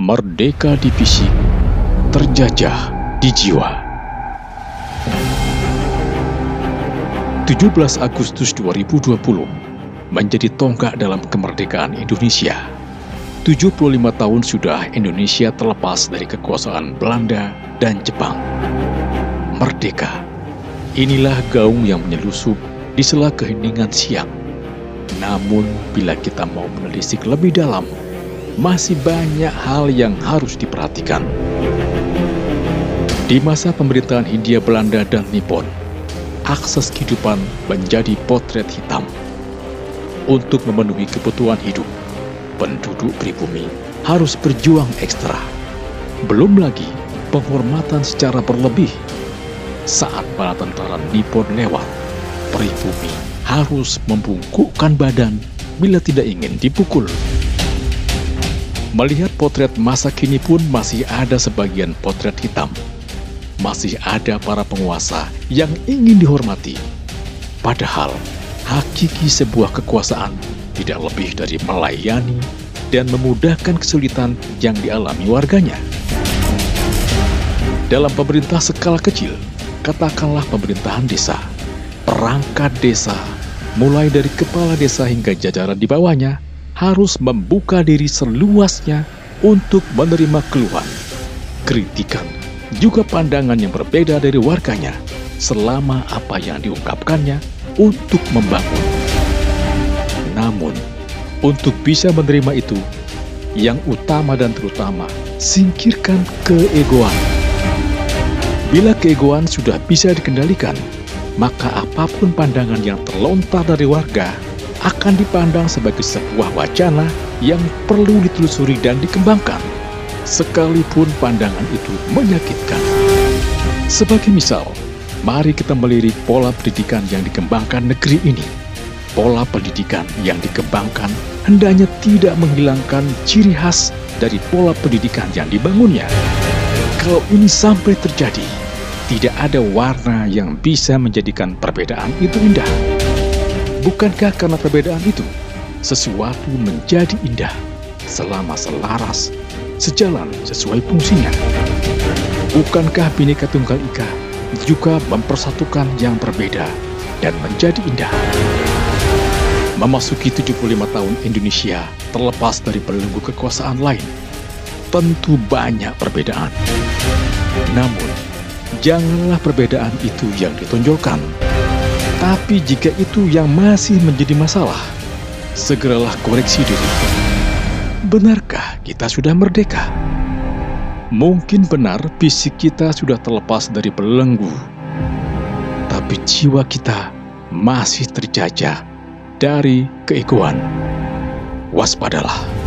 Merdeka di fisik, terjajah di jiwa. 17 Agustus 2020 menjadi tonggak dalam kemerdekaan Indonesia. 75 tahun sudah Indonesia terlepas dari kekuasaan Belanda dan Jepang. Merdeka, inilah gaung yang menyelusup di sela keheningan siang. Namun bila kita mau menelisik lebih dalam, masih banyak hal yang harus diperhatikan. Di masa pemerintahan Hindia Belanda dan Nippon, akses kehidupan menjadi potret hitam. Untuk memenuhi kebutuhan hidup, penduduk pribumi harus berjuang ekstra. Belum lagi penghormatan secara berlebih. Saat para tentara Nippon lewat, pribumi harus membungkukkan badan bila tidak ingin dipukul. Melihat potret masa kini pun masih ada sebagian potret hitam. Masih ada para penguasa yang ingin dihormati. Padahal, hakiki sebuah kekuasaan tidak lebih dari melayani dan memudahkan kesulitan yang dialami warganya. Dalam pemerintah skala kecil, katakanlah pemerintahan desa, perangkat desa, mulai dari kepala desa hingga jajaran di bawahnya, harus membuka diri seluasnya untuk menerima keluhan, kritikan, juga pandangan yang berbeda dari warganya selama apa yang diungkapkannya untuk membangun. Namun, untuk bisa menerima itu, yang utama dan terutama, singkirkan keegoan. Bila keegoan sudah bisa dikendalikan, maka apapun pandangan yang terlontar dari warga akan dipandang sebagai sebuah wacana yang perlu ditelusuri dan dikembangkan, sekalipun pandangan itu menyakitkan. Sebagai misal, mari kita melirik pola pendidikan yang dikembangkan negeri ini. Pola pendidikan yang dikembangkan hendaknya tidak menghilangkan ciri khas dari pola pendidikan yang dibangunnya. Kalau ini sampai terjadi, tidak ada warna yang bisa menjadikan perbedaan itu indah. Bukankah karena perbedaan itu, sesuatu menjadi indah selama selaras, sejalan sesuai fungsinya? Bukankah Bhinneka Tunggal Ika juga mempersatukan yang berbeda dan menjadi indah? Memasuki 75 tahun Indonesia terlepas dari belenggu kekuasaan lain, tentu banyak perbedaan. Namun, janganlah perbedaan itu yang ditonjolkan. Tapi jika itu yang masih menjadi masalah, segeralah koreksi diri. Benarkah kita sudah merdeka? Mungkin benar fisik kita sudah terlepas dari belenggu, tapi jiwa kita masih terjajah dari keegoan. Waspadalah.